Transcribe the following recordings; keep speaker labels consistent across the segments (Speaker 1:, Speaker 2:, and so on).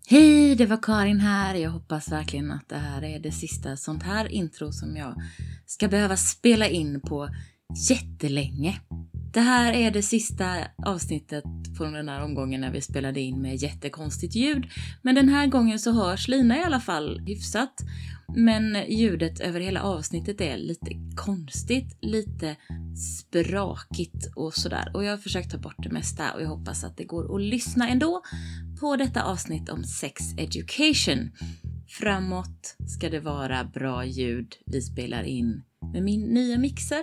Speaker 1: Hej, det var Karin här. Jag hoppas verkligen att det här är det sista sånt här intro som jag ska behöva spela in på jättelänge. Det här är det sista avsnittet från den här omgången när vi spelade in med jättekonstigt ljud. Men den här gången så hörs Lina i alla fall hyfsat. Men ljudet över hela avsnittet är lite konstigt, lite sprakigt och sådär. Och jag har försökt ta bort det mesta och jag hoppas att det går att lyssna ändå på detta avsnitt om sex education. Framåt ska det vara bra ljud vi spelar in med min nya mixer.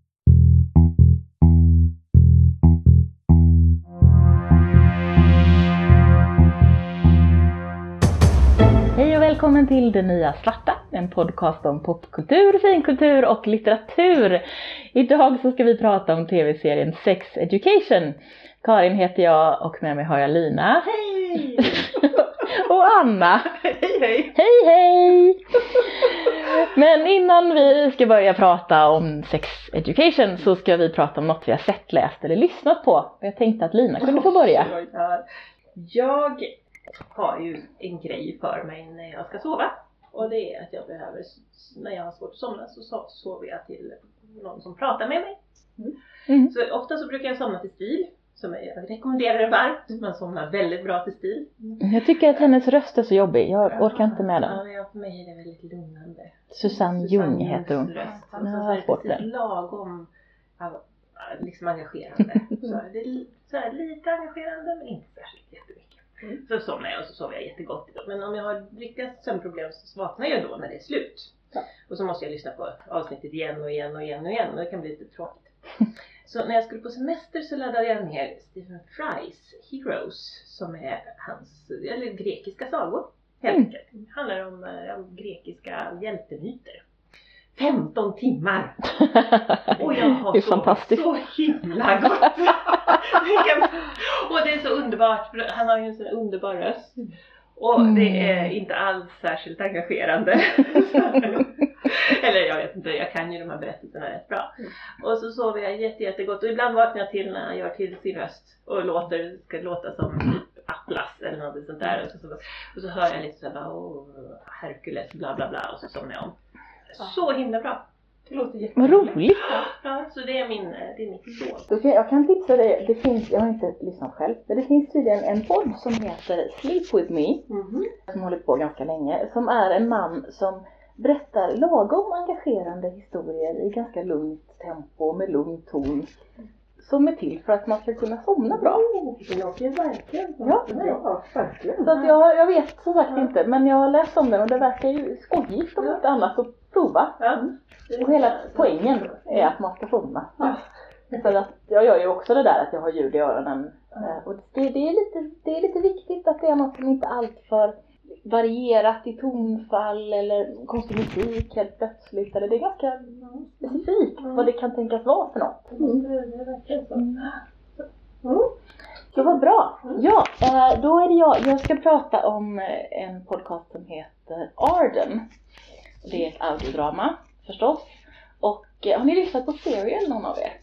Speaker 1: Hej och välkommen till Det Nya Svarta, en podcast om popkultur, finkultur och litteratur. Idag så ska vi prata om tv-serien Sex Education. Karin heter jag och med mig har jag Lina.
Speaker 2: Hej!
Speaker 1: Och Anna.
Speaker 2: Hej, hej!
Speaker 1: Hej, hej! Men innan vi ska börja prata om Sex Education så ska vi prata om något vi har sett, läst eller lyssnat på. Jag tänkte att Lina kunde få börja.
Speaker 2: Jag har ju en grej för mig när jag ska sova. Och det är att jag behöver, när jag har svårt att somna så sover jag till någon som pratar med mig. Mm. Så ofta så brukar jag somna till stil. Som jag rekommenderar det varmt. Man somnar väldigt bra till stil.
Speaker 1: Jag tycker att hennes röst är så jobbig. Jag orkar inte med den.
Speaker 2: Ja, för mig är det väldigt lugnande.
Speaker 1: Susanne Ljung heter hon.
Speaker 2: Så lagom liksom engagerande. Så det är så här, lite engagerande men inte särskilt jättemycket. Så somnar jag och så sover jag jättegott idag. Men om jag har riktiga sömnproblem så vaknar jag då när det är slut. Ja. Och så måste jag lyssna på avsnittet igen och igen och igen och igen. Och det kan bli lite tråkigt. Så när jag skulle på semester så laddade jag ner Stephen Frys Heroes. Som är hans, eller grekiska sagor. Helt enkelt. Det handlar om grekiska hjältemyter. 15 timmar. Och jag har så himla gott. Och det är så underbart. Han har ju en sån underbar röst. Och det är inte alls särskilt engagerande. Eller jag vet inte, jag kan ju de här berättelserna rätt bra. Och så sover jag jättegott. Och ibland vaknar jag till när jag gör till sin röst. Och ska låta som typ Atlas eller något sånt där. Och så hör jag lite så här, Herkules bla bla bla. Och så somnar jag om. Så himla bra. Det låter jätteroligt.
Speaker 1: Vad roligt.
Speaker 2: Ja, så det är mitt lån.
Speaker 1: Jag kan tipsa dig, det finns, jag har inte lyssnat själv, men det finns tydligen en podd som heter Sleep With Me. Som håller på ganska länge. Som är en man som berättar lagom engagerande historier i ganska lugnt tempo med lugn ton. Som är till för att man ska kunna somna bra.
Speaker 2: Det låter verkligen.
Speaker 1: Ja, verkligen. Så att jag vet som sagt inte, men jag har läst om den och det verkar ju skojigt om inte annat att prova. Och hela poängen är att man ska somna. För att jag gör ju också det där att jag har ljud i öronen. Och det är lite viktigt att det är något som inte allt för varierat i tonfall eller konstig musik helt plötsligt. Eller det är ganska specifikt vad det kan tänkas vara för något.
Speaker 2: Det är verkligen så.
Speaker 1: Så vad bra. Ja, då är det jag ska prata om en podcast som heter Arden. Det är ett audiodrama förstås. Och har ni lyssnat på Serial någon av er?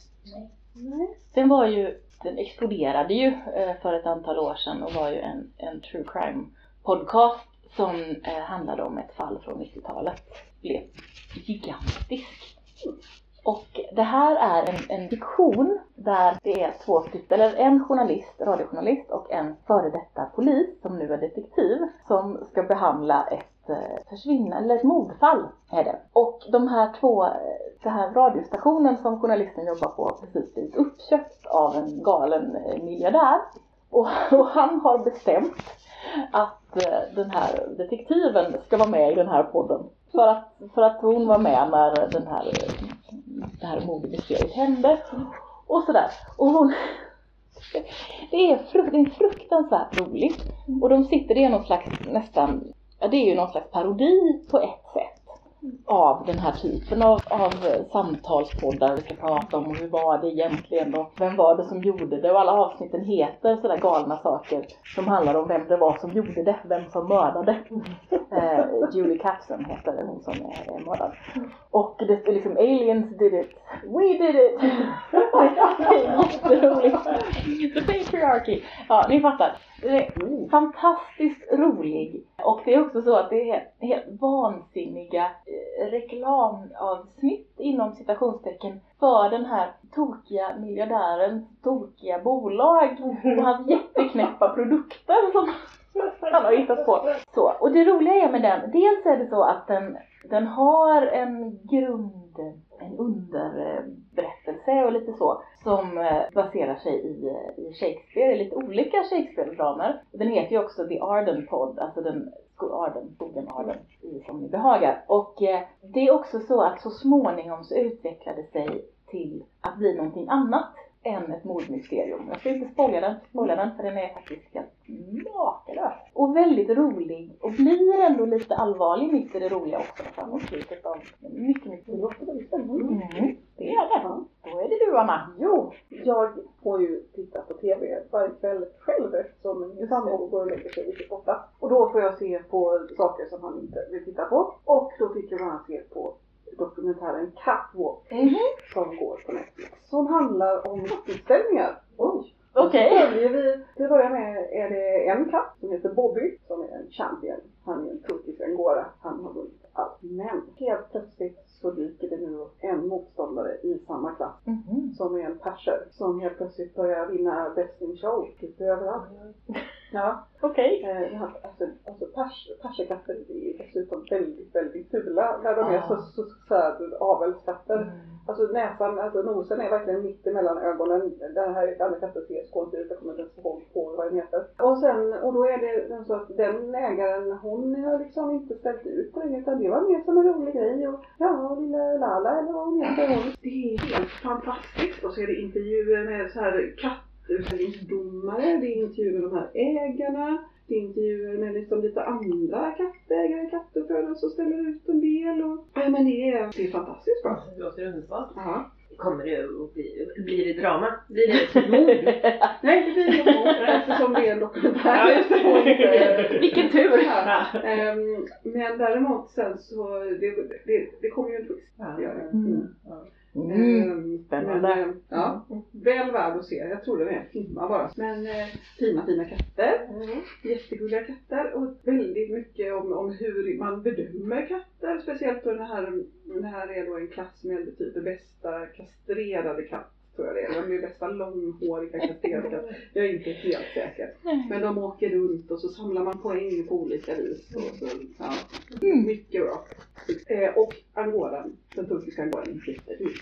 Speaker 1: Nej. Den exploderade ju för ett antal år sedan och var ju en true crime podcast som handlade om ett fall från 90-talet. Blev gigantisk. Och det här är en fiktion där det är en radiojournalist och en före detta polis som nu är detektiv som ska behandla ett mordfall är det. Och den här radiostationen som journalisten jobbar på har precis blivit uppköpt av en galen miljardär. Och han har bestämt att den här detektiven ska vara med i den här podden. För att hon var med när det här mordmysteriet hände. Och sådär. Och det är fruktansvärt roligt. Och de sitter, det är någon slags parodi på ett sätt. av den här typen av samtalspoddar vi ska prata om, och hur var det egentligen och vem var det som gjorde det, och alla avsnitten heter sådär galna saker som handlar om vem det var som gjorde det, vem som mördade. Julie Capson heter det, hon som är mördad. Och det är liksom aliens did it, we did it. Jätteroligt. The patriarchy. Ja, ni fattar. Det är fantastiskt rolig. Och det är också så att det är helt vansinniga reklamavsnitt inom citationstecken för den här tokiga miljardärens tokiga bolag och hans jätteknäppa produkter som han har hittat på. Så, och det roliga är med den, dels är det så att den har en underberättelse och lite så som baserar sig i Shakespeare, lite olika Shakespeare-dramer. Den heter ju också The Arden Pod, alltså skogen Arden i Som ni behagar. Och det är också så att så småningom så utvecklade sig till att bli någonting annat än ett mordmysterium. Jag ska inte spoila den för den är faktiskt helt makalös. Och väldigt rolig. Och blir ändå lite allvarlig mitt i det roliga också. Framåt slutet av mycket spännande. Det är det. Då är det du, Anna.
Speaker 3: Jo, jag får ju titta på tv varje kväll själv eftersom min sambo går och lägger sig lite borta. Och då får jag se på saker som han inte vill titta på. Och då fick jag bland se på dokumentären Catwalk som går på Netflix. Som handlar om utställningar. Oj!
Speaker 1: Okej.
Speaker 3: Till början med är det en katt som heter Bobby som är en champion. Han är en turkisk angora. Han har vunnit allt. Men helt plötsligt så dyker det nu en motståndare i samma klass som är en perser som helt plötsligt börjar vinna Best in Show lite överallt. Ja,
Speaker 1: okej.
Speaker 3: Alltså perserkatter är dessutom väldigt, väldigt fula när de är så avelskatter. Alltså näsan, alltså nosen är verkligen mitt emellan ögonen. Den här andra katten ser skånigt ut, jag kommer inte ens på vad den heter. Och då är det så att den ägaren, hon har liksom inte ställt ut på det, utan det var mer som en rolig grej. Och ja, lilla Lala eller vad hon heter. Det är helt fantastiskt. Och så är det intervjuer med så här kattutställningsdomare, det är intervjuer med de här ägarna. Det är intervjuer med liksom lite andra kattägare, kattuppfödare som ställer ut en del. Och, ja, men det är fantastiskt bra.
Speaker 2: Det låter underbart.
Speaker 3: Ja.
Speaker 2: Kommer det att blir det drama? Blir det ett mord?
Speaker 3: Nej, det blir något mord eftersom det är en dokumentär.
Speaker 1: Vilken tur!
Speaker 3: Ja. Men däremot sen så det kommer ju en twist.
Speaker 1: Spännande.
Speaker 3: Ja, väl värd att se. Jag tror det är en timma bara. Men fina katter. Jättegulliga katter. Och väldigt mycket om hur man bedömer katter. Speciellt då det här är då en klass med typ bästa kastrerade katt. Tror jag det är. De är bästa långhåriga kastrerade katt. Jag är inte helt säker. Men de åker runt och så samlar man poäng på olika vis. Och så, ja. Mycket bra. Och angoran, den turkiska angoran, sitter ut.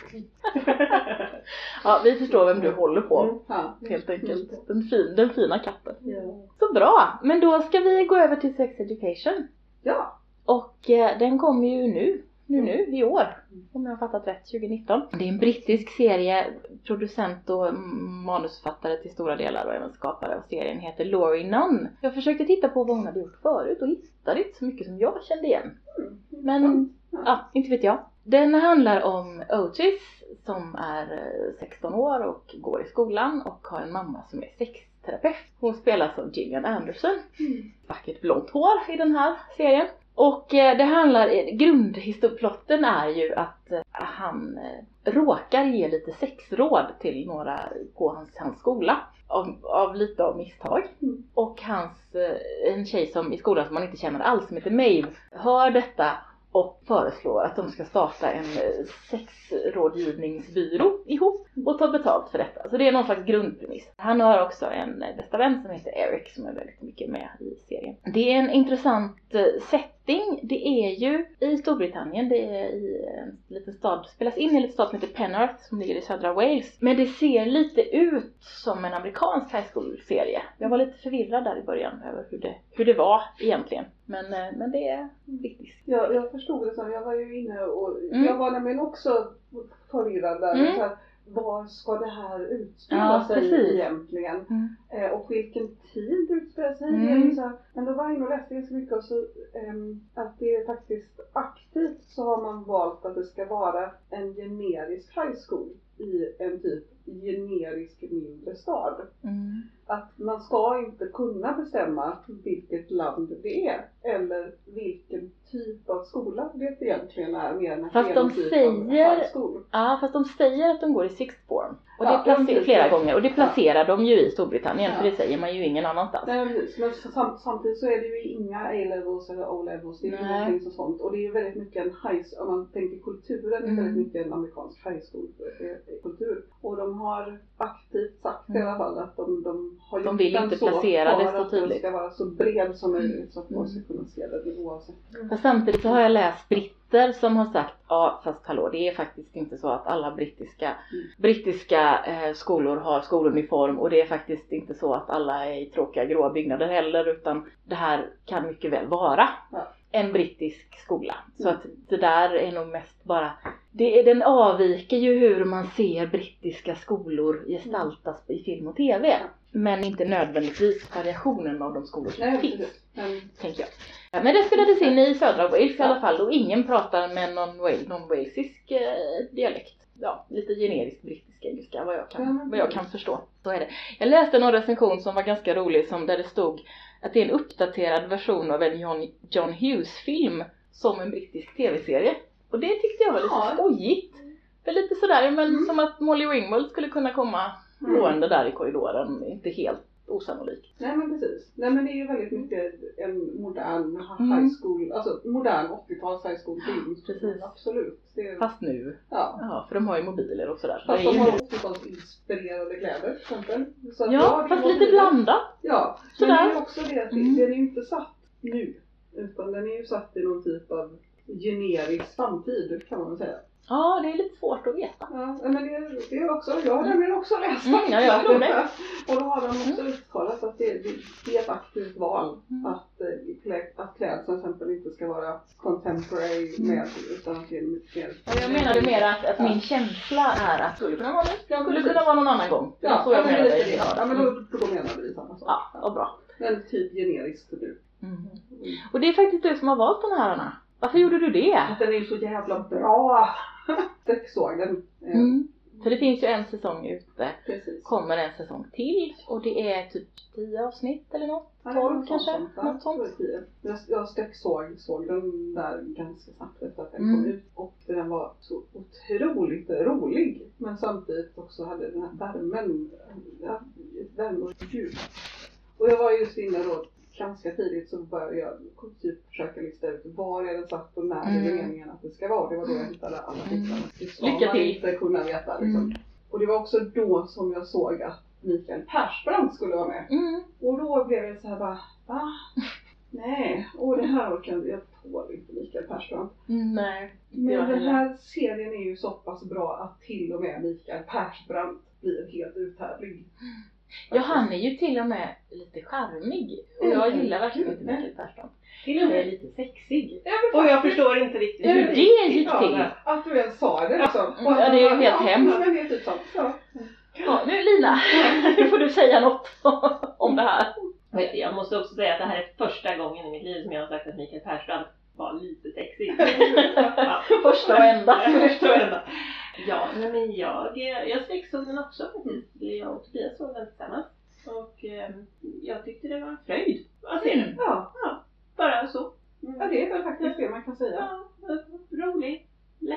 Speaker 1: Ja, vi förstår vem du håller på. Helt enkelt. Den fina katten. Så bra. Men då ska vi gå över till Sex Education.
Speaker 3: Ja.
Speaker 1: Och den kommer ju nu i år, om jag har fattat rätt, 2019. Det är en brittisk serie, producent och manusförfattare till stora delar och även skapare av serien heter Laurie Nunn. Jag försökte titta på vad hon hade gjort förut och hittade inte så mycket som jag kände igen. Men, inte vet jag. Den handlar om Otis som är 16 år och går i skolan och har en mamma som är sexterapeut. Hon spelas av Gillian Anderson. Vackert blont hår i den här serien. Och det handlar, grundplotten är ju att han råkar ge lite sexråd till några på hans skola av lite av misstag. Och en tjej som i skolan som man inte känner alls som heter Maeve hör detta och föreslår att de ska starta en sexrådgivningsbyrå ihop och ta betalt för detta. Så det är någon slags grundpremiss. Han har också en bästa vän som heter Eric som är väldigt mycket med i serien. Det är en intressant setting. Det är ju i Storbritannien. Det är i en liten stad, spelas in i en liten stad som heter Penarth som ligger i södra Wales. Men det ser lite ut som en amerikansk high school-serie. Jag var lite förvirrad där i början över hur det var egentligen. Men det är viktigt.
Speaker 3: Ja, jag förstod det så. Jag var ju inne och jag var nämligen också förvirrad där. Så här, var ska det här utspela sig egentligen? Och vilken tid utspelar sig? Men då var jag inne och läste ganska mycket och så att det är faktiskt aktivt så har man valt att det ska vara en generisk high school i en typ generisk mindre stad. Att man ska inte kunna bestämma vilket land det är eller vilken typ av skola det egentligen är mer än
Speaker 1: fast de
Speaker 3: typ
Speaker 1: säger,
Speaker 3: high school.
Speaker 1: Ja, fast de säger att de går i sixth form. Och det placerar flera gånger. Och det placerar de ju i Storbritannien. För det säger man ju ingen annanstans.
Speaker 3: Nej, men samtidigt så är det ju inga A-levels eller O-levels. Det är ju ingenting sånt. Och det är ju väldigt mycket en om man tänker kulturen är väldigt mycket en amerikansk high school kultur. Och de har aktivt sagt i alla fall att de har gjort
Speaker 1: de vill inte
Speaker 3: så
Speaker 1: placera det så
Speaker 3: att
Speaker 1: tydligt.
Speaker 3: den ska vara så bred som möjligt så att man ska kunna se det oavsett.
Speaker 1: Fast samtidigt så har jag läst britter som har sagt, ja fast hallå, det är faktiskt inte så att alla brittiska skolor har skoluniform, och det är faktiskt inte så att alla är i tråkiga gråa byggnader heller, utan det här kan mycket väl vara en brittisk skola. Så att det där är nog mest bara, den avviker ju hur man ser brittiska skolor gestaltas i film och tv. Men inte nödvändigtvis variationen av de skolor som finns, tänker jag. Men det spelades in i södra Wales i alla fall, och ingen pratar med någon walesisk dialekt. Ja, lite generisk brittisk engelska, vad jag kan förstå. Så är det. Jag läste någon recension som var ganska rolig, där det stod att det är en uppdaterad version av en John Hughes-film som en brittisk tv-serie. Och det tyckte jag var lite skojigt. För lite sådär, men som att Molly Ringwald skulle kunna komma gående där i korridoren. Inte helt osannolikt.
Speaker 3: Nej men precis. Nej men det är ju väldigt mycket en modern high school, alltså modern 80-tals high school film.
Speaker 1: Precis.
Speaker 3: Absolut.
Speaker 1: Fast nu. Ja, för de har ju mobiler och sådär.
Speaker 3: Fast de har 80-tals inspirerade kläder till exempel. Så
Speaker 1: ja, fast lite blandat.
Speaker 3: Ja, men det är också det att den är inte satt nu. Utan den är ju satt i någon typ av generisk samtid, kan man väl säga.
Speaker 1: Ja, det är lite svårt att veta.
Speaker 3: Ja, men det är också, jag har nämligen också läst.
Speaker 1: Ja, jag tror det.
Speaker 3: Och då har de också uttalat att det är ett aktivt val att klädseln till exempel inte ska vara contemporary med, utan att det är mer.
Speaker 1: Jag menade mer att min känsla är att det skulle kunna vara någon annan gång.
Speaker 3: Ja,
Speaker 1: så jag menade
Speaker 3: det. Ja, men då menar vi samma sak.
Speaker 1: Ja, vad bra.
Speaker 3: Men typ generisk nu.
Speaker 1: Och det är faktiskt du som har valt den här, Anna. Varför gjorde du det?
Speaker 3: Att den är ju så jävla bra. Såg den.
Speaker 1: För det finns ju en säsong ute.
Speaker 3: Precis.
Speaker 1: Kommer en säsong till. Och det är typ 10 avsnitt eller något. 12 kanske. Något sånt.
Speaker 3: Jag såg den där ganska snabbt efter att den kom ut. Och den var så otroligt rolig. Men samtidigt också hade den här värmen. Värme och djup. Och jag var just inne då. Ganska tidigt så började jag typ försöka lista ut var är den satt och när är det meningen att det ska vara. Det var då jag hittade alla titlarna. Det ska
Speaker 1: Lycka
Speaker 3: man
Speaker 1: till.
Speaker 3: inte kunna veta liksom. Och det var också då som jag såg att Mikael Persbrandt skulle vara med. Och då blev jag så här bara, va? Nej, det här jag tål inte Mikael Persbrandt.
Speaker 1: Nej.
Speaker 3: Men den här serien är ju så pass bra att till och med Mikael Persbrandt blir helt uthärdlig.
Speaker 1: Ja, han är ju till och med lite charmig. Och jag gillar verkligen inte Mikael Persbrandt.
Speaker 2: Till och med lite sexig. Och jag förstår inte riktigt
Speaker 1: hur det gick till.
Speaker 3: Att du ens sa det liksom.
Speaker 1: Ja, det är ju helt hemskt.
Speaker 3: Men det är typ sånt.
Speaker 1: Ja, nu Lina, nu får du säga något om det här.
Speaker 2: Jag måste också säga att det här är första gången i mitt liv som jag har sagt att Mikael Persbrandt var lite sexig.
Speaker 1: Första och enda.
Speaker 2: Ja, men jag sexsåg den också faktiskt. Jag och Tobias såg den tillsammans. Och jag tyckte det var en fröjd att se den. Ja, bara så.
Speaker 3: Ja, det är väl faktiskt det man kan säga.
Speaker 2: Ja, rolig,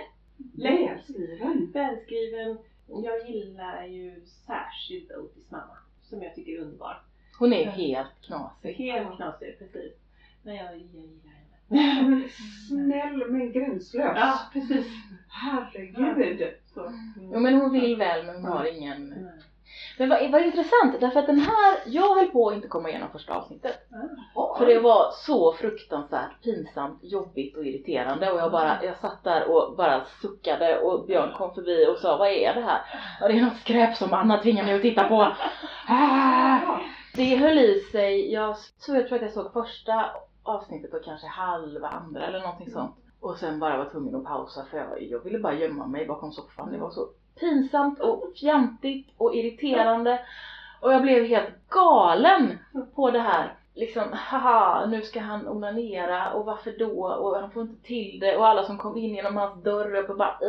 Speaker 2: välskriven. Jag gillar ju särskilt Otis mamma, som jag tycker är underbar.
Speaker 1: Hon är helt knasig.
Speaker 2: Helt knasig, precis. Men jag gillar
Speaker 3: henne. Snäll men gränslös.
Speaker 2: Ja, precis.
Speaker 3: Herregud.
Speaker 1: Jo, men hon vill väl, men hon har ingen. Men vad intressant, därför att den här, jag höll på att inte komma igenom första avsnittet. För det var så fruktansvärt pinsamt, jobbigt och irriterande. Och jag satt där och bara suckade, och Björn kom förbi och sa, vad är det här? Och det är något skräp som Anna tvingar mig att titta på. Det höll i sig, jag tror att jag såg första avsnittet och kanske halva andra eller någonting sånt. Och sen bara var tvungen att pausa, för jag ville bara gömma mig bakom soffan. Det var så pinsamt och fjantigt och irriterande. Och jag blev helt galen på det här. liksom, haha, nu ska han onanera och varför då? Och han får inte till det. Och alla som kom in genom hans dörr och bara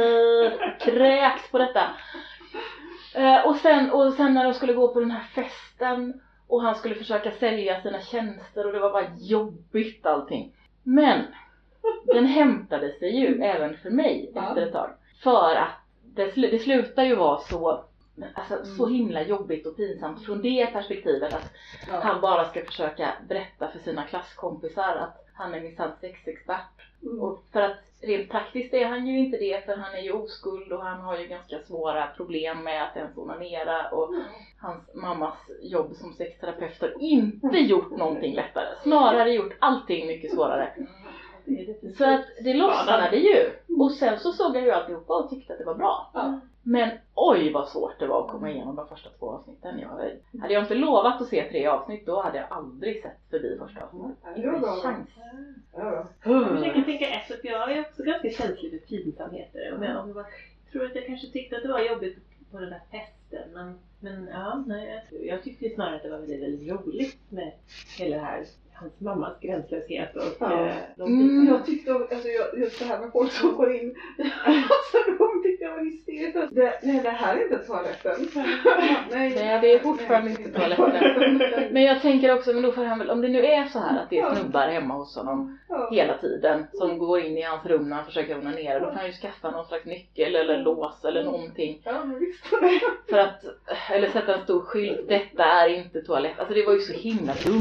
Speaker 1: kräks på detta. Och sen när de skulle gå på den här festen och han skulle försöka sälja sina tjänster och det var bara jobbigt allting. Men den hämtade sig ju även för mig efter ett tag. För att det slutar ju vara så himla jobbigt och pinsamt från det perspektivet att han bara ska försöka berätta för sina klasskompisar att han är minsann sexexpert. Och för att rent praktiskt är han ju inte det, för han är ju oskuld och han har ju ganska svåra problem med att ens onanera och hans mammas jobb som sexterapeut har inte gjort någonting lättare, snarare gjort allting mycket svårare. Så att det lossnade ju. Och sen så såg jag ju alltihopa och tyckte att det var bra. Men oj vad svårt det var att komma igenom de första 2 avsnitten. Hade jag inte lovat att se 3 avsnitt, då hade jag aldrig sett förbi första avsnittet. Inte chans.
Speaker 2: Jag försöker tänka efter, för jag är också ganska känslig för pinsamheter. Jag tror att jag kanske tyckte att det var jobbigt på den där festen. Men ja, nej, jag tyckte snarare att det var väldigt, väldigt roligt med hela det här. Hans mammas gränslöshet och
Speaker 3: jag tyckte just det här med folk som går in de tyckte jag var hysteriskt. Det här är inte toaletten.
Speaker 1: Nej, det är fortfarande inte toaletten. Men jag tänker också, men då får han väl, om det nu är så här att det är snubbar hemma hos honom hela tiden som går in i hans rum när han försöker onanera, då kan han ju skaffa någon slags nyckel eller lås eller någonting. För att, eller sätta en stor skylt, detta är inte toalett. Alltså det var ju så himla dumt.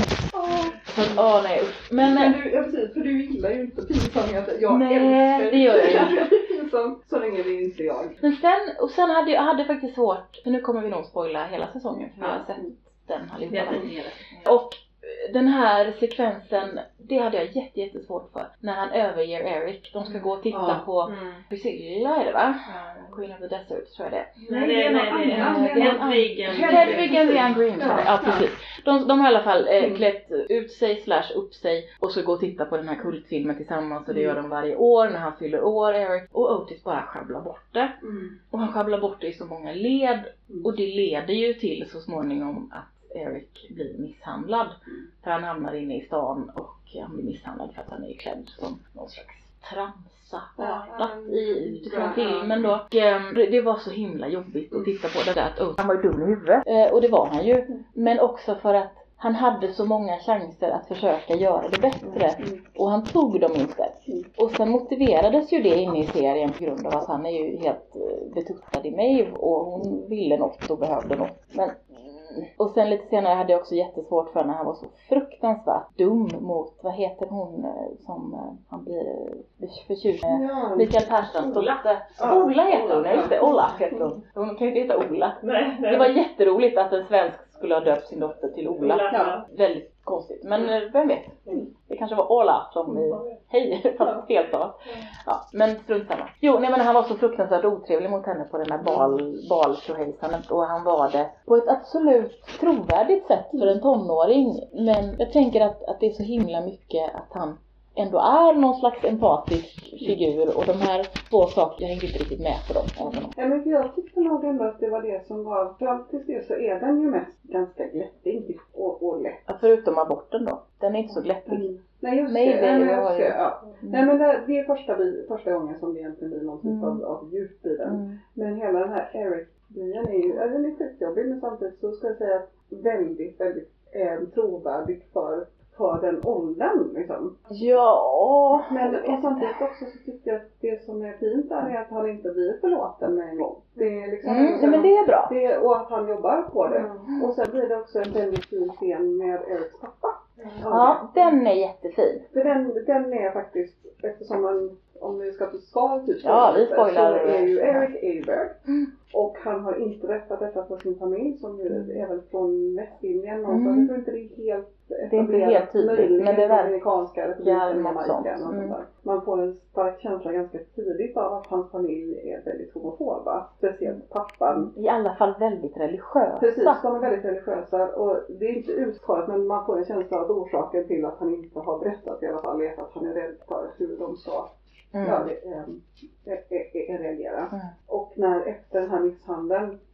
Speaker 1: Så nej. Men
Speaker 3: precis, för du gillar ju inte pinsamheter. Jag
Speaker 1: älskar det. Gör jag ju.
Speaker 3: Så länge det är inte jag.
Speaker 1: Men sen hade jag faktiskt svårt, för nu kommer vi nog spoila hela säsongen, för vi har sett den allihopa. Och den här sekvensen, det hade jag jättesvårt för. När han överger Eric. De ska gå och titta på Priscilla, är det va? Queen of the Desert, tror jag det.
Speaker 2: Nej, det är
Speaker 1: Hedwig and the Angry Inch. Ja, precis. De har i alla fall klätt ut sig / upp sig och ska gå och titta på den här kultfilmen tillsammans. Och det gör de varje år när han fyller år, Eric. Och Otis bara sjabblar bort det. Och han sjabblar bort det i så många led. Och det leder ju till så småningom att Eric blir misshandlad. För han hamnar inne i stan och han blir misshandlad för att han är klädd som någon slags tramsa utifrån filmen då. Och det var så himla jobbigt att titta på det där att han var ju dum i huvudet. Och det var han ju. Men också för att han hade så många chanser att försöka göra det bättre. Och han tog dem inte. Och sen motiverades ju det inne i serien på grund av att han är ju helt betuttad i mig. Och hon ville något och behövde något. Och sen lite senare hade jag också jättesvårt för när han var så fruktansvärt dum mot, vad heter hon som han blir förtjust med? Mikael Persson. Ola heter hon, just det. Ola heter hon. Hon kan ju inte heta Ola.
Speaker 2: Nej.
Speaker 1: Det var jätteroligt att en svensk skulle ha döpt sin dotter till Ola. Väldigt konstigt. Men vem vet? Det kanske var Ola som hej, fast felstavat. Ja, men strunt samma. Jo, nej men han var så fruktansvärt otrevlig mot henne på den här baltjohejsan. Och han var det på ett absolut trovärdigt sätt för en tonåring. Men jag tänker att det är så himla mycket att han ändå är någon slags empatisk figur. Och de här 2 saker, jag hängde inte riktigt med på dem.
Speaker 3: Ja, men jag tyckte nog ändå att det var det som var, fram tills det så är den ju mest ganska glättig och lätt.
Speaker 1: Ja, förutom aborten då. Den är inte så glättig.
Speaker 3: Nej, just det. Nej, men det är första gången som det egentligen blir någon typ av djup i den. Men hela den här Eric-grejen är ju, den är skitjobbig, men samtidigt så ska jag säga att väldigt, väldigt trovärdigt för den åldern liksom.
Speaker 1: Ja.
Speaker 3: Men och samtidigt också så tycker jag att det som är fint är att han inte blir förlåten med en gång. Det är liksom
Speaker 1: men det är bra.
Speaker 3: Och att han jobbar på det. Och sen blir det också en väldigt fin scen med Erics pappa.
Speaker 1: Ja, den är jättefin.
Speaker 3: För den är faktiskt, eftersom man, om vi ska typ
Speaker 1: vi spoilar,
Speaker 3: så är ju Eric Aberg. Och han har inte rättat detta för sin familj som ju är väl från Västindien. Så jag tror inte det är helt
Speaker 1: det är inte helt tydligt, men det är
Speaker 3: amerikanska republiken. Man får en stark känsla ganska tidigt av att hans familj är väldigt homofoba. Speciellt pappan.
Speaker 1: I alla fall väldigt religiösa.
Speaker 3: Precis, de är väldigt religiösa. Och det är inte uttalat, men man får en känsla av orsaken till att han inte har berättat i alla fall. Är att han är rädd för hur de ska reagera. Och när efter den här misshandeln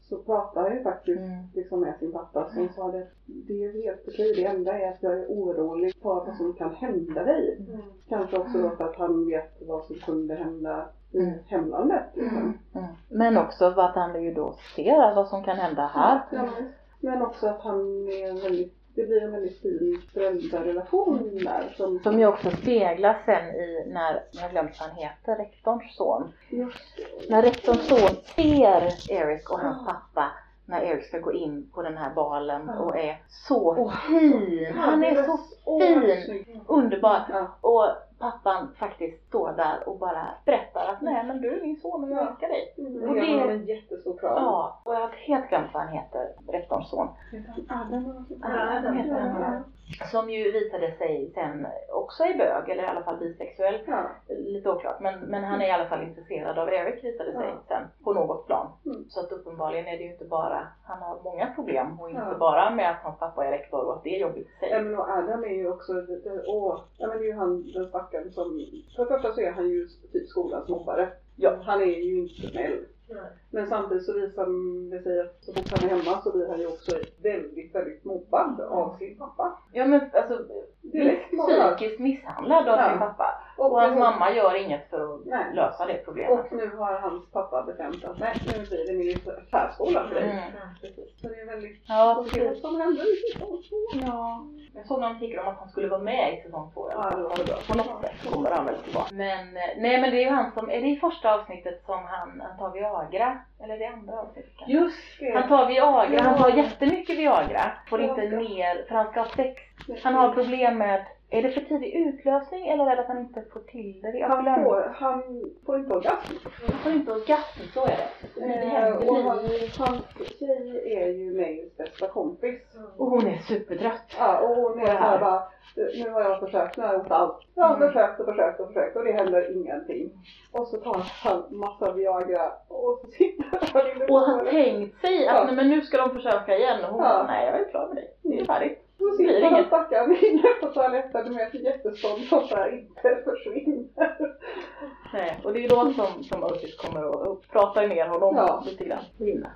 Speaker 3: så pratade han ju faktiskt liksom med sin pappa som sa det. Det är helt okej, det enda är att jag är orolig för vad som kan hända dig. Kanske också då för att han vet vad som kunde hända i hemlandet. Liksom.
Speaker 1: Men också att han ju då ser vad som kan hända här.
Speaker 3: Ja, men också att han är väldigt, det blir en väldigt fin föräldrarrelation där.
Speaker 1: Som ju också speglas sen i, när jag glömt vad han heter, rektorns son. När rektorns son ser Eric och hans pappa, när Eric ska gå in på den här balen och är så fin. Han är så fin, underbar. Och pappan faktiskt står där och bara berättar att nej men du är min son och jag älskar dig.
Speaker 3: Och det är en jättestor kram.
Speaker 1: Ja, och jag har helt glömt vad han heter, rektorns son.
Speaker 3: Adam
Speaker 1: heter han. Som ju visade sig sen också i bög, eller i alla fall bisexuell. Lite oklart, men han är i alla fall intresserad av Eric, visade sig sen på något plan. Så att uppenbarligen är det ju inte bara, han har många problem och inte bara med att hans pappa är rektor och att det är jobbigt i sig.
Speaker 3: Ja, men och Adam är ju också, ja men det är ju han, den stackaren som, för det första så är han ju typ skolans mobbare. Ja. Han är ju inte snäll. Men samtidigt så visar det sig att så fort han är hemma så blir han ju också väldigt, väldigt mobbad av sin pappa.
Speaker 1: Ja men alltså psykiskt misshandlad av sin pappa. Och hans mamma gör inget för att lösa det problemet.
Speaker 3: Och nu har hans pappa bestämt att nej, nu blir det militärskola för dig. Så det är väldigt det som händer i säsong 2.
Speaker 1: Ja. Jag såg någon artikel om att han skulle vara med i säsong 2. På något sätt kommer han väl tillbaka. Men nej, men det är ju han som, är det i första avsnittet som han tar Viagra? Eller det andra avsnittet kanske?
Speaker 3: Just det.
Speaker 1: Han tar Viagra, han tar jättemycket Viagra. Får inte mer, för han ska ha sex. Han har problem med, är det för tidig utlösning eller är det att han inte får till det?
Speaker 3: Han får inte orgasm.
Speaker 1: Han får inte orgasm, så är det.
Speaker 3: Och hans tjej är ju Mays bästa kompis.
Speaker 1: Och hon är supertrött.
Speaker 3: Ja, och hon är såhär bara, nu har jag försökt, nu har jag gjort allt. Jag har försökt och det händer ingenting. Och så tar han massa Viagra och så sitter han
Speaker 1: och har tänkt sig att nej, men nu ska de försöka igen. Och hon bara, nej jag är klar med dig, det är färdigt.
Speaker 3: Så sitter han stackaren inne på toaletten med ett jättestånd som där inte försvinner.
Speaker 1: Nej, och det är då som Otis kommer och pratar ner honom lite grann.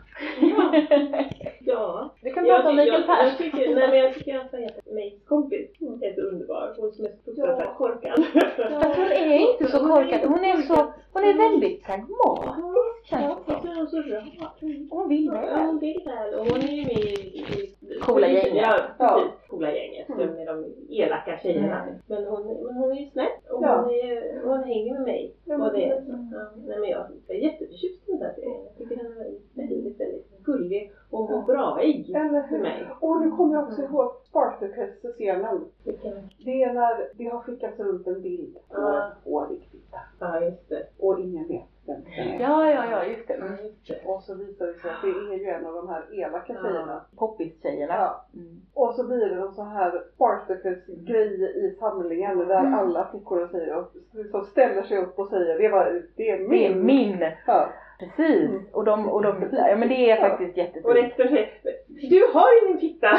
Speaker 2: Ja.
Speaker 1: Det kan prata om Mikael Persson.
Speaker 2: Jag tycker att Mays kompis är så underbar. Hon som är så fruktansvärt korkad.
Speaker 1: Fast hon är inte så korkad. Hon är väldigt pragmatisk, känns det som.
Speaker 2: Hon är så rör.
Speaker 1: Hon vill väl.
Speaker 2: Ja, hon vill väl. Och hon är ju med i
Speaker 1: coola gänget.
Speaker 2: Ja, precis. Coola gänget. Med de elaka tjejerna. Men hon är ju snäll. Och hon hänger med mig. Och det är nej, men jag är jätteförtjust i den här serien. Jag tycker den är väldigt, väldigt gullig och braig för mig.
Speaker 3: Och nu kommer jag också ihåg Spartacus-scenen. Det är när det har skickats runt en bild på riktigt.
Speaker 2: Ja, just det.
Speaker 3: Och ingen vet vem den är.
Speaker 1: Ja, just det.
Speaker 3: Och så visar det sig att det är ju en av de här elaka tjejerna.
Speaker 1: Poppis-tjejerna.
Speaker 3: Ja. Och så blir det en sån här Spartacus-grej i samlingen där alla flickorna säger och som ställer sig upp och säger det är min. Ja.
Speaker 1: Precis. Och de ja, men det är faktiskt jättefint.
Speaker 2: Och rektorn säger, du har ingen fitta.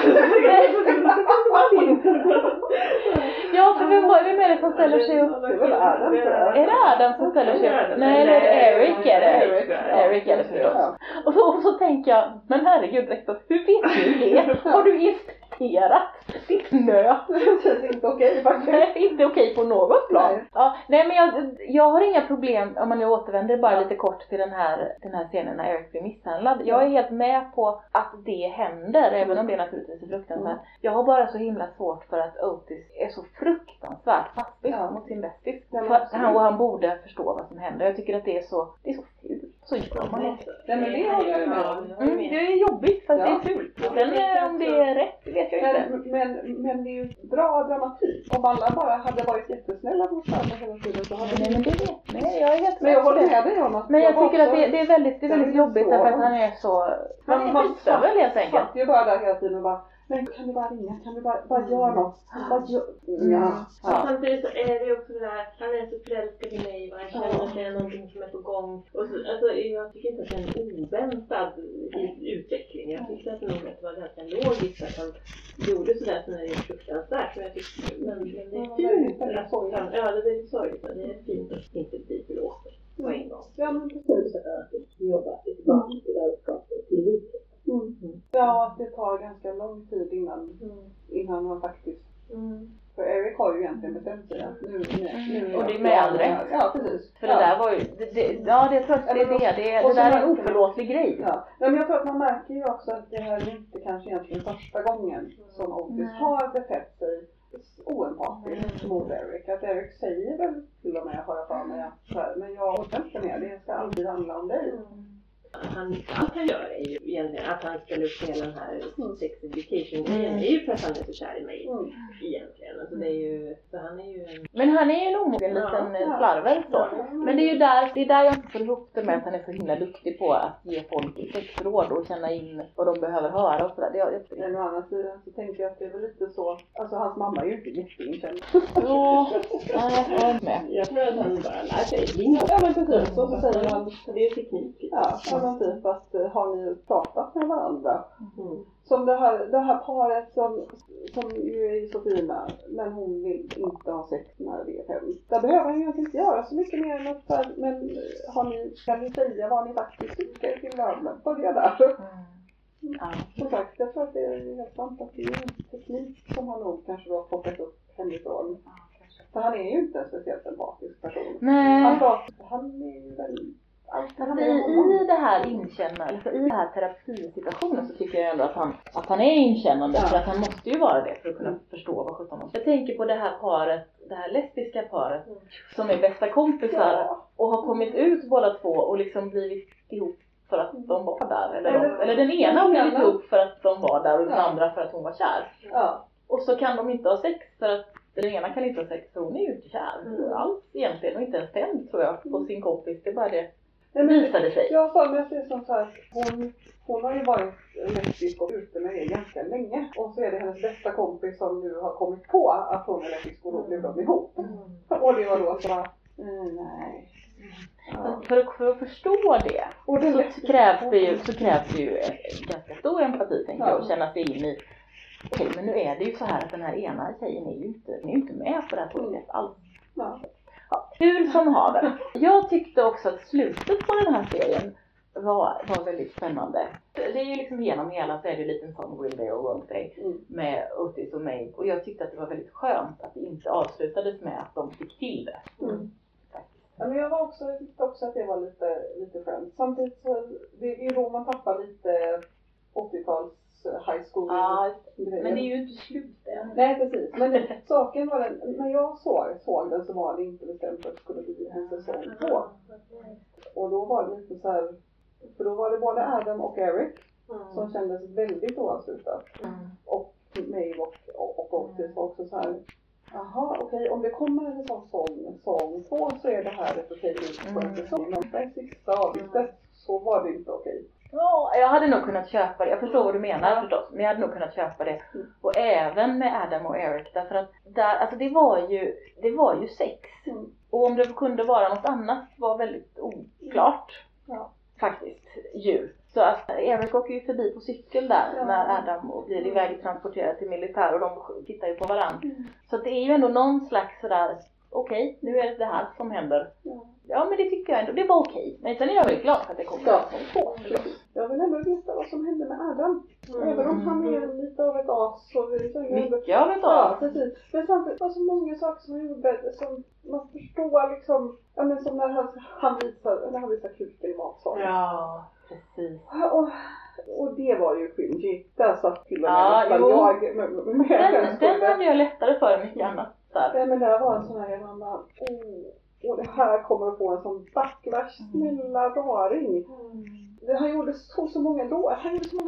Speaker 1: Ja, för vem är det som ställer sig upp? Är det Adam som ställer sig upp? Nej, det är Eric är det. Eric är det förstås. Och så tänker jag, men herregud rektor, hur vet du det? Har du inspekterat ditt nöt?
Speaker 3: Det är inte okej faktiskt.
Speaker 1: Nej, inte okej på något plan. Nej, men jag har inga problem, om man nu återvänder bara lite kort till den här scenen när Eric blir misshandlad. Jag är helt med på att det händer, även om det naturligtvis är fruktansvärt. Jag har bara så himla svårt för att Otis är så fruktansvärt fastbit mot sin bästis. Han borde förstå vad som händer. Jag tycker att det är så fult. Så gör man inte.
Speaker 3: Nej, men det håller jag med om.
Speaker 1: Det är jobbigt fast det är fult. Sen om det är rätt, det vet jag inte.
Speaker 3: Men det är ju bra dramatik. Om alla bara hade varit jättesnälla mot varandra hela tiden så hade
Speaker 1: Nej, jag är helt
Speaker 3: men jag håller med dig om att...
Speaker 1: Men jag tycker att det är väldigt jobbigt därför att han är så... Man skiter väl helt enkelt.
Speaker 3: Man ju bara där hela tiden och bara... Men kan du bara ringa? Kan du bara göra något?
Speaker 2: Samtidigt så är det också det där, han är så förälskad i mig och han känner att det är någonting som är på gång. Och så, alltså, jag tycker inte att det är en oväntad utveckling. Jag tycker att det var ganska logiskt att han gjorde sådär som det är fruktansvärt. Men jag tycker men det är fint. Det är väldigt sorgligt men det är fint att inte bli förlåten på en gång.
Speaker 3: Ja, men
Speaker 2: precis. Så att jag jobbar tillbaka till vänskapen. likhet.
Speaker 3: Ja, att det tar ganska lång tid innan man faktiskt... För Eric har ju egentligen bestämt sig att nu
Speaker 1: och det är med all rätt.
Speaker 3: Ja, precis.
Speaker 1: För det där var ju, det där är en oförlåtlig grej.
Speaker 3: Ja. Men jag tror att man märker ju också att det här är inte kanske egentligen första gången som Otis har betett sig oempatiskt mot Eric. Att Eric säger väl till och med, har jag för mig, att men jag orkar inte mer, det ska alltid handla om dig.
Speaker 2: Allt han gör är ju egentligen att han ställer upp hela den här sex education-grejen. Det är ju för att han är så kär i mig egentligen. Alltså det är ju, så han är ju
Speaker 1: Men han är ju en omogen liten slarver så. Men det är där jag inte får ihop det med att han är så himla duktig på att ge folk sexråd och känna in vad de behöver höra och sådär.
Speaker 3: Men å andra sidan så tänker jag att det är väl lite så, alltså hans mamma är ju inte jätteinkänd.
Speaker 1: Ja, jag är med.
Speaker 2: Jag tror att han bara lär sig.
Speaker 3: Ja men precis, så säger han.
Speaker 2: Det är teknik.
Speaker 3: Ja, men typ att har ni pratat med varandra? Som det här paret som ju är så fina, men hon vill inte ha sex när det är hem. Där behöver han ju inte göra så mycket mer än att, men kan ni säga vad ni faktiskt tycker till varandra? Börja där. Som sagt, jag tror att det är helt sant att det är en teknik som han nog kanske har plockat upp hemifrån. För han är ju inte en speciellt empatisk person.
Speaker 1: Nej.
Speaker 3: Han är ju väldigt...
Speaker 1: I det här inkännandet, eller i den här terapisituationen så tycker jag ändå att han är inkännande, för att han måste ju vara det för att kunna förstå vad sjutton man. Jag tänker på det här paret, det här lesbiska paret som är bästa kompisar och har kommit ut båda två och liksom blivit ihop för att de var där. Eller den ena har blivit ihop för att de var där och den andra för att hon var kär.
Speaker 3: Ja.
Speaker 1: Och så kan de inte ha sex för att den ena kan inte ha sex för hon är ju inte kär. Alls egentligen, och inte ens tänd tror jag på sin kompis, det är bara det. Visade sig.
Speaker 3: Jag får mig att det är som så här, hon har ju varit lesbisk och ute med det ganska länge. Och så är det hennes bästa kompis som nu har kommit på att hon är lesbisk och då blev de ihop. Och det var då så här, nej.
Speaker 1: Ja. För att förstå det, och så krävs det ju ganska stor empati, tänker jag, att känna sig in i. Okej, men nu är det ju så här att den här ena tjejen är ju inte med på det här tåget alls.
Speaker 3: Ja.
Speaker 1: Ja, hur som haver. Jag tyckte också att slutet på den här serien var väldigt spännande. Det är ju liksom genom hela så är det ju lite en sån Will They or Won't They med Otis och Maeve. Och jag tyckte att det var väldigt skönt att det inte avslutades med att de fick till det.
Speaker 3: Ja, men jag tyckte också att det var lite skönt. Samtidigt så det är då man tappar lite 80-tals high school.
Speaker 1: Ja, men det är ju inte slut än.
Speaker 3: Nej, precis. Men saken var den, när jag såg den så var det inte bestämt att det skulle bli en säsong 2. Och då var det lite så här, för då var det både Adam och Eric som kändes väldigt oavslutat. Och Maeve och Otis var också så här, jaha, okej, om det kommer en säsong 2 så är det här ett okej ut på en säsong. Men det sista avsnittet så var det inte okej.
Speaker 1: Ja, jag hade nog kunnat köpa det. Jag förstår vad du menar förstås. Men jag hade nog kunnat köpa det. Och även med Adam och Eric. Därför att alltså det var ju sex. Och om det kunde vara något annat var väldigt oklart. Faktiskt. Så att Eric åker ju förbi på cykel där när Adam blir iväg transporterad till militär. Och de tittar ju på varandra. Så att det är ju ändå någon slags sådär, okej, nu är det här som händer. Ja, men det tycker jag ändå, det var okej. Men sen är jag väldigt glad för att det kommer på.
Speaker 3: Jag vill ändå veta vad som hände med Adam. Även om han är lite av ett as.
Speaker 1: Mycket av ett as.
Speaker 3: Ja, precis. Men samtidigt var så många saker som han gjorde som man förstår liksom. Ja, men som när han visar kuken i matsalen.
Speaker 1: Ja, precis.
Speaker 3: Och det var ju cringy. Där satt till och med jag med
Speaker 1: den hade jag lättare för mycket annat.
Speaker 3: Ja, men det var en sån här man bara, och det här kommer att få en sån backlash, snälla raring. Han gjorde så många dåliga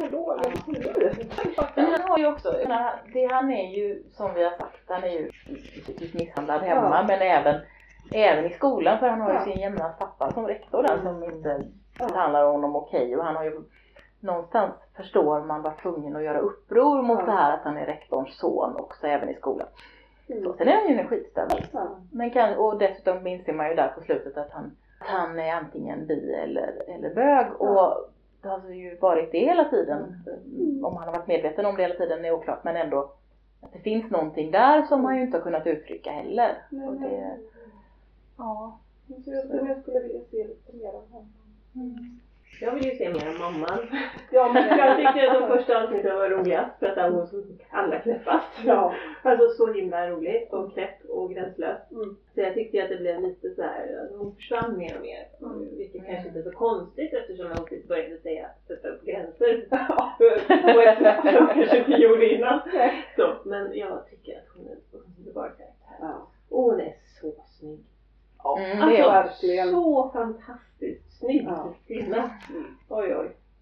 Speaker 1: Men han har ju också, han är ju som vi har sagt, han är ju psykiskt misshandlad hemma, men även i skolan, för han har ju sin jämna pappa som rektor där som inte handlar om honom okej. Och han har ju någonstans, förstår man, var tvungen att göra uppror mot det här att han är rektorns son också även i skolan. Så, sen är han ju en skitstövel. Och dessutom minns man ju där på slutet att han är antingen bi eller bög. Och det har ju varit det hela tiden. Om han har varit medveten om det hela tiden är oklart. Men ändå att det finns någonting där som han ju inte har kunnat uttrycka heller. Och det,
Speaker 3: Så jag skulle vilja se lite mer av honom.
Speaker 2: Jag vill ju se mer än mamman.
Speaker 3: Ja, men
Speaker 2: Jag tyckte att de första avsnitten var roligast för att det var hon som fick alla knäppast.
Speaker 3: Ja.
Speaker 2: Alltså så himla roligt och knäpp och gränslös.
Speaker 3: Mm.
Speaker 2: Så jag tyckte att det blev lite så här, hon försvann mer och mer. Vilket kanske inte är så konstigt eftersom hon började sätta upp gränser. På ett sätt som kanske inte gjorde innan. Så, men jag tycker att hon är en underbar karaktär.
Speaker 3: Ja.
Speaker 2: Och hon är så snygg.
Speaker 3: Ja,
Speaker 1: det
Speaker 3: alltså
Speaker 1: är
Speaker 3: verkligen.
Speaker 2: Så fantastiskt snygg kvinna. Oj.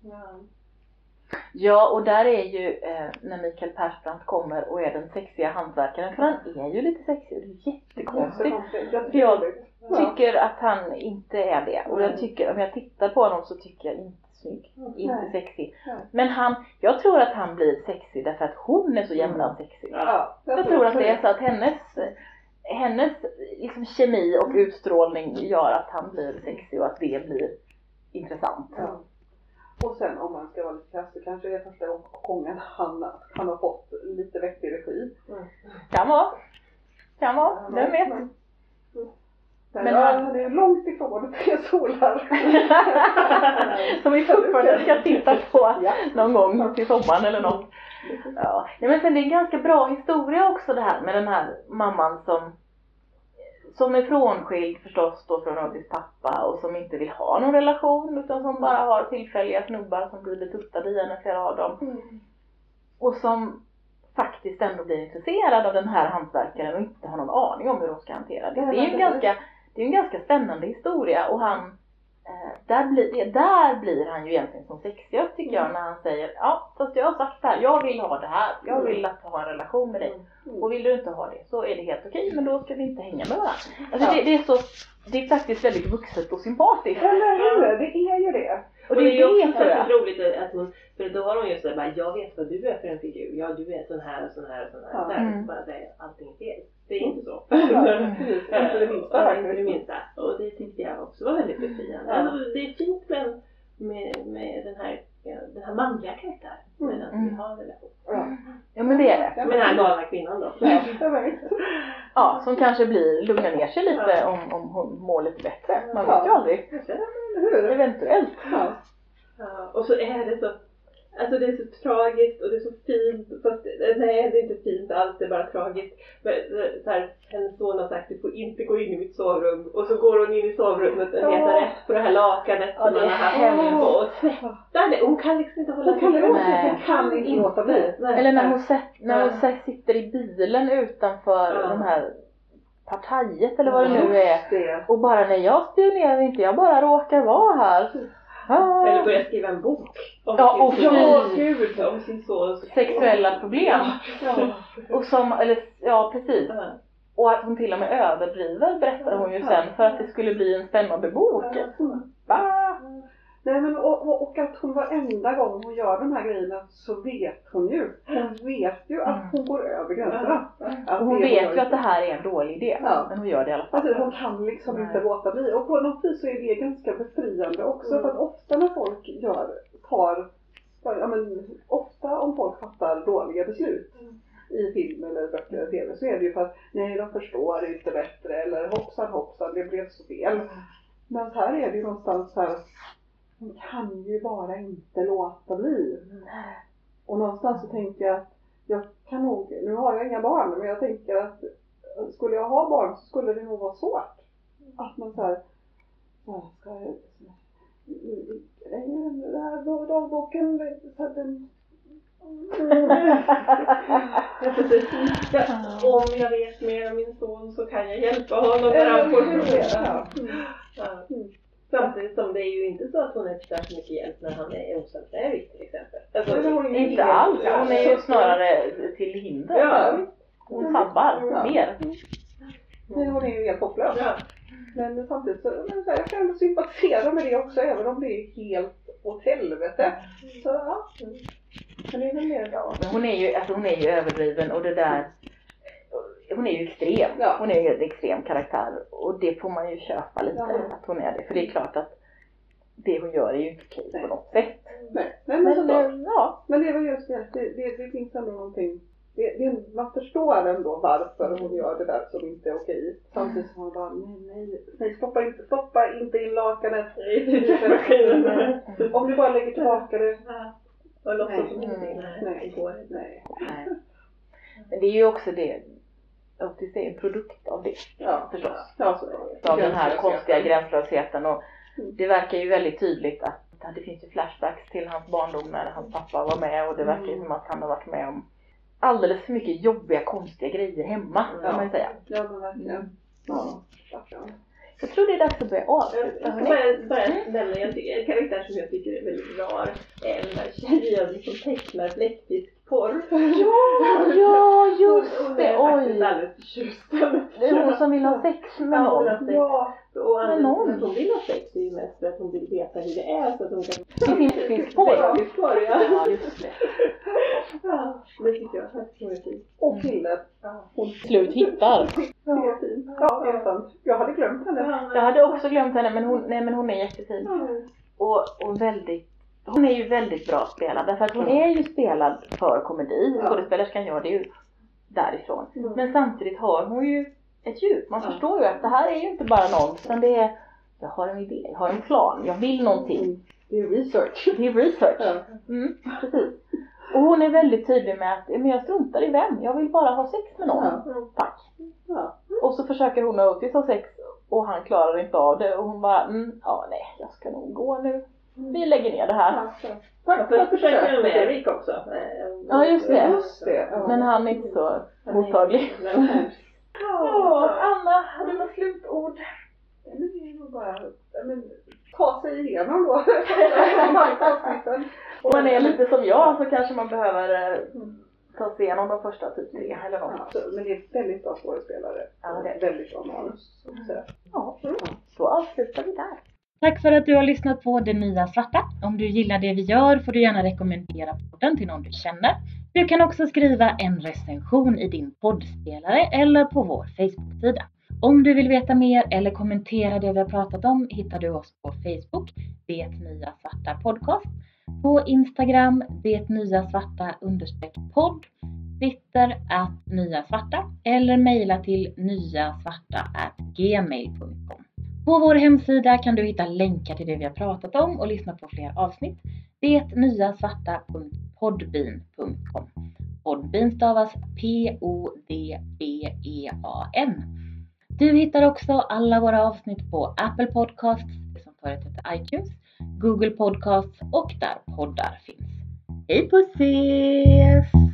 Speaker 1: Ja, och där är ju när Mikael Persbrandt kommer och är den sexiga hantverkaren, för han är ju lite sexig och det är jättekonstigt. Jag tycker att han inte är det, och jag tycker, om jag tittar på honom så tycker jag inte snygg, inte sexig. Men jag tror att han blir sexig därför att hon är så jävla sexig. Jag tror att det är så att hennes liksom kemi och utstrålning gör att han blir sexig och att det blir intressant.
Speaker 3: Ja. Och sen om man ska vara lite krass så kanske det är första gången han har fått lite vettig regi.
Speaker 1: Kan vara, vem vet.
Speaker 3: Men det är långt ifrån 3 solar.
Speaker 1: Som vi fortfarande ska titta på någon gång till sommaren eller något. Ja. Nej, men sen det är en ganska bra historia också det här med den här mamman som är frånskild förstås då från August pappa och som inte vill ha någon relation utan som bara har tillfälliga snubbar som blir betuttade i henne, flera av dem. Och som faktiskt ändå blir intresserad av den här hantverkaren och inte har någon aning om hur de ska hantera det. Det är en ganska spännande historia och han där blir han ju egentligen som sexigast tycker jag när han säger fast jag har sagt det här, jag vill ha det här, jag vill att ha en relation med dig och vill du inte ha det så är det helt okej, men då ska vi inte hänga med varandra. Alltså det är faktiskt väldigt vuxet och sympatiskt.
Speaker 3: Eller hur? Det är ju det.
Speaker 2: Och det är ju också väldigt roligt att hon, för då har hon ju såhär, jag vet vad du är för en figur, ja du är sån här och sån här och sån här, så bara säger allting är fel. Det är inte så. Inte det minsta. Och det tyckte jag också var väldigt befriande. Alltså, det är fint med den här manliga karaktären. Men att vi har en relation.
Speaker 1: Ja, men det är det.
Speaker 2: Med den här galna kvinnan då.
Speaker 1: Ja, som kanske lugnar ner sig lite om hon mår lite bättre. Man vet ju aldrig. Eventuellt.
Speaker 2: Ja, och så är det så. Alltså det är så tragiskt och det är så fint. Fast, nej, det är inte fint alls, det är bara tragiskt. Men, så här, hennes son har sagt, du får inte gå in i mitt sovrum. Och så går hon in i sovrummet och letar rätt på det här lakanet som man har haft hemma och tvättar det. Hon kan liksom inte hålla
Speaker 3: sig. Hon kan inte låta bli.
Speaker 1: Eller när hon sitter i bilen utanför de här partiet eller vad det nu är. Och bara när jag spionerar inte, jag bara råkar vara här.
Speaker 2: Eller börja skriva en bok om om sin sons
Speaker 1: sexuella problem. Och precis. Och att hon till och med överdriver berättar hon ju sen för att det skulle bli en spännande bok.
Speaker 3: Nej, men och att hon varenda gång hon gör de här grejerna så vet hon ju. Hon vet ju att hon går över gränserna.
Speaker 1: Och hon vet ju att det här är en dålig idé. Men hon gör det i alla fall.
Speaker 3: Alltså, hon kan liksom inte låta bli. Och på något vis så är det ganska befriande också. För att ofta när folk ofta om folk fattar dåliga beslut i film eller böcker eller tv så är det ju för att nej, de förstår inte bättre. Eller hoppsan, det blev så fel. Men så här är det ju någonstans så här. Man kan ju bara inte låta bli. Och någonstans så tänker jag att jag kan nog, nu har jag inga barn, men jag tänker att skulle jag ha barn så skulle det nog vara svårt. Att man så här ska jag det här dagboken så att den
Speaker 2: om jag vet mer om min son så kan jag hjälpa honom när han får samtidigt som det är ju inte så att hon är så mycket hjälp när han är osamstävig till exempel. Alltså,
Speaker 1: inte alls. Hon är ju snarare till hinder. Hon sabbar mer.
Speaker 3: Hon är ju helt hopplös. Men samtidigt så jag kan ändå sympatisera med det också, även om det är helt åt helvete. Så men det är väl mer
Speaker 1: men hon är ju överdriven och det där. Hon är ju extrem. Hon är ju en extrem karaktär. Och det får man ju köpa lite att hon är det. För det är klart att det hon gör är ju inte okej på något sätt.
Speaker 3: Nej men det är väl just det. Det finns ändå någonting man förstår ändå varför hon gör det där som inte är okej. Samtidigt som hon bara, nej, stoppa inte in lakanet. Om du bara lägger tillbaka det.
Speaker 2: Och låtsas som
Speaker 3: Nej.
Speaker 1: Men det är ju också det, autism är en produkt av det, förstås.
Speaker 3: Ja,
Speaker 1: Av den här konstiga gränslösheten. Och det verkar ju väldigt tydligt att det finns ju flashbacks till hans barndom när hans pappa var med. Och det verkar ju som att han har varit med om alldeles för mycket jobbiga, konstiga grejer hemma, kan man ju säga.
Speaker 3: Ja, men verkligen.
Speaker 1: Jag tror det är dags att börja avsluta.
Speaker 2: Jag ska bara nämna en karaktär som jag tycker är väldigt rar. Den där tjejen som tecknar fläckfisk porr.
Speaker 1: Ja, just
Speaker 2: hon
Speaker 1: det.
Speaker 2: är faktiskt
Speaker 1: Oj.
Speaker 2: alldeles förtjust.
Speaker 1: Det är hon som vill ha sex med någon.
Speaker 2: Ja, och
Speaker 1: Med någon.
Speaker 2: att hon vill ha sex är ju mest för att hon vill veta hur det är så att hon kan...
Speaker 1: Det finns porr.
Speaker 2: Ja,
Speaker 1: just det.
Speaker 2: Ja, det tycker jag är fint.
Speaker 3: Och killen.
Speaker 1: Hon slut hittar.
Speaker 3: Det är fint. Ja, det är sant. Jag hade glömt henne.
Speaker 1: Jag hade också glömt henne, men hon är jättefin. Och hon är ju väldigt bra spelad. Därför att hon är ju spelad för komedi. Skådespelerskan gör det ju därifrån. Men samtidigt har hon ju ett djup. Man förstår ju att det här är ju inte bara någon. Utan det är, jag har en idé, jag har en plan, jag vill någonting.
Speaker 3: Det är research.
Speaker 1: Det är research. Precis. Och hon är väldigt tydlig med att men jag struntar i vem. Jag vill bara ha sex med någon. Tack. Och så försöker hon och Otis ha sex. Och han klarar inte av det. Och hon bara, nej, jag ska nog gå nu. Vi lägger ner det här.
Speaker 2: Först försöker jag med Erik också.
Speaker 1: Ja, just det.
Speaker 3: Ja.
Speaker 1: Men han är inte så mottaglig. Anna, har du något slutord?
Speaker 3: Men det är nog bara ta sig igenom då.
Speaker 1: Om man är lite som jag så kanske man behöver ta sig igenom de första typ 3 eller något.
Speaker 3: Men det är väldigt bra skådespelare.
Speaker 1: Ja, det är
Speaker 3: väldigt bra manus.
Speaker 1: Så avslutar vi där. Tack för att du har lyssnat på Det Nya Svarta. Om du gillar det vi gör får du gärna rekommendera podden till någon du känner. Du kan också skriva en recension i din poddspelare eller på vår Facebook-sida. Om du vill veta mer eller kommentera det vi har pratat om hittar du oss på Facebook, Det Nya Svarta Podcast. På Instagram, Det Nya Svarta _podd. Twitter @nyasvarta eller mejla till nyasvarta@gmail.com. På vår hemsida kan du hitta länkar till det vi har pratat om och lyssna på fler avsnitt. detnyasvarta.podbean.com. Podbean stavas PODBEAN. Du hittar också alla våra avsnitt på Apple Podcasts, som förut heter iTunes, Google Podcasts och där poddar finns. Hej på ses!